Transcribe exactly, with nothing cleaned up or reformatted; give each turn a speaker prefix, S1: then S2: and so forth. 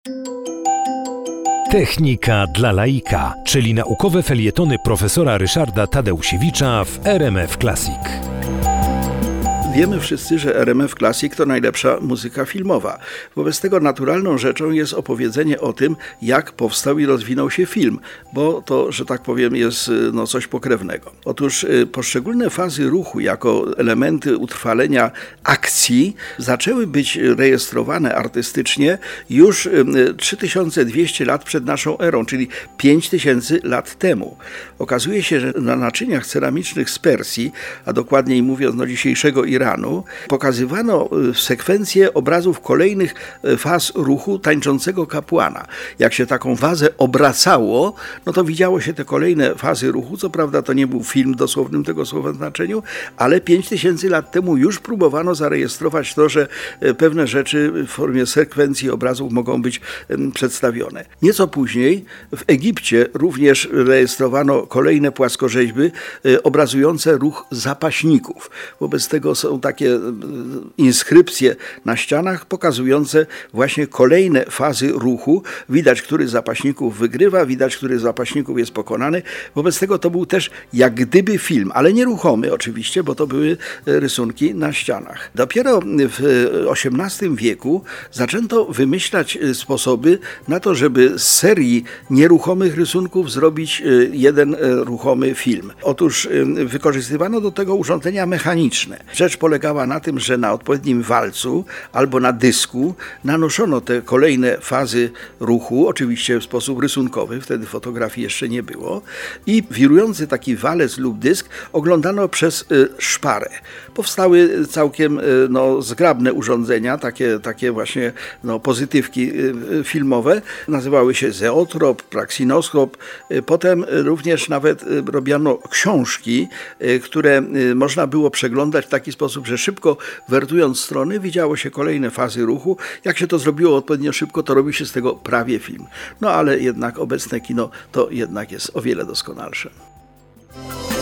S1: Technika dla laika, czyli naukowe felietony profesora Ryszarda Tadeusiewicza w R M F Classic.
S2: Wiemy wszyscy, że R M F Classic to najlepsza muzyka filmowa. Wobec tego naturalną rzeczą jest opowiedzenie o tym, jak powstał i rozwinął się film, bo to, że tak powiem, jest no, coś pokrewnego. Otóż y, poszczególne fazy ruchu jako elementy utrwalenia akcji zaczęły być rejestrowane artystycznie już y, trzy tysiące dwieście lat przed naszą erą, czyli pięć tysięcy lat temu. Okazuje się, że na naczyniach ceramicznych z Persji, a dokładniej mówiąc no, dzisiejszego Iranu, pokazywano sekwencję obrazów kolejnych faz ruchu tańczącego kapłana. Jak się taką wazę obracało, no to widziało się te kolejne fazy ruchu. Co prawda to nie był film w dosłownym tego słowa znaczeniu, ale pięć tysięcy lat temu już próbowano zarejestrować to, że pewne rzeczy w formie sekwencji obrazów mogą być przedstawione. Nieco później w Egipcie również rejestrowano kolejne płaskorzeźby obrazujące ruch zapaśników. Wobec tego są takie inskrypcje na ścianach pokazujące właśnie kolejne fazy ruchu. Widać, który z zapaśników wygrywa, widać, który z zapaśników jest pokonany. Wobec tego to był też jak gdyby film, ale nieruchomy oczywiście, bo to były rysunki na ścianach. Dopiero w osiemnastym wieku zaczęto wymyślać sposoby na to, żeby z serii nieruchomych rysunków zrobić jeden ruchomy film. Otóż wykorzystywano do tego urządzenia mechaniczne. Rzecz polegała na tym, że na odpowiednim walcu albo na dysku nanoszono te kolejne fazy ruchu, oczywiście w sposób rysunkowy, wtedy fotografii jeszcze nie było, i wirujący taki walec lub dysk oglądano przez y, szparę. Powstały całkiem y, no, zgrabne urządzenia, takie, takie właśnie no, pozytywki y, y, filmowe. Nazywały się zeotrop, praksinoskop. Y, potem również nawet y, robiano książki, y, które y, można było przeglądać w taki sposób, że szybko wertując strony widziało się kolejne fazy ruchu. Jak się to zrobiło odpowiednio szybko, to robi się z tego prawie film. No ale jednak obecne kino to jednak jest o wiele doskonalsze.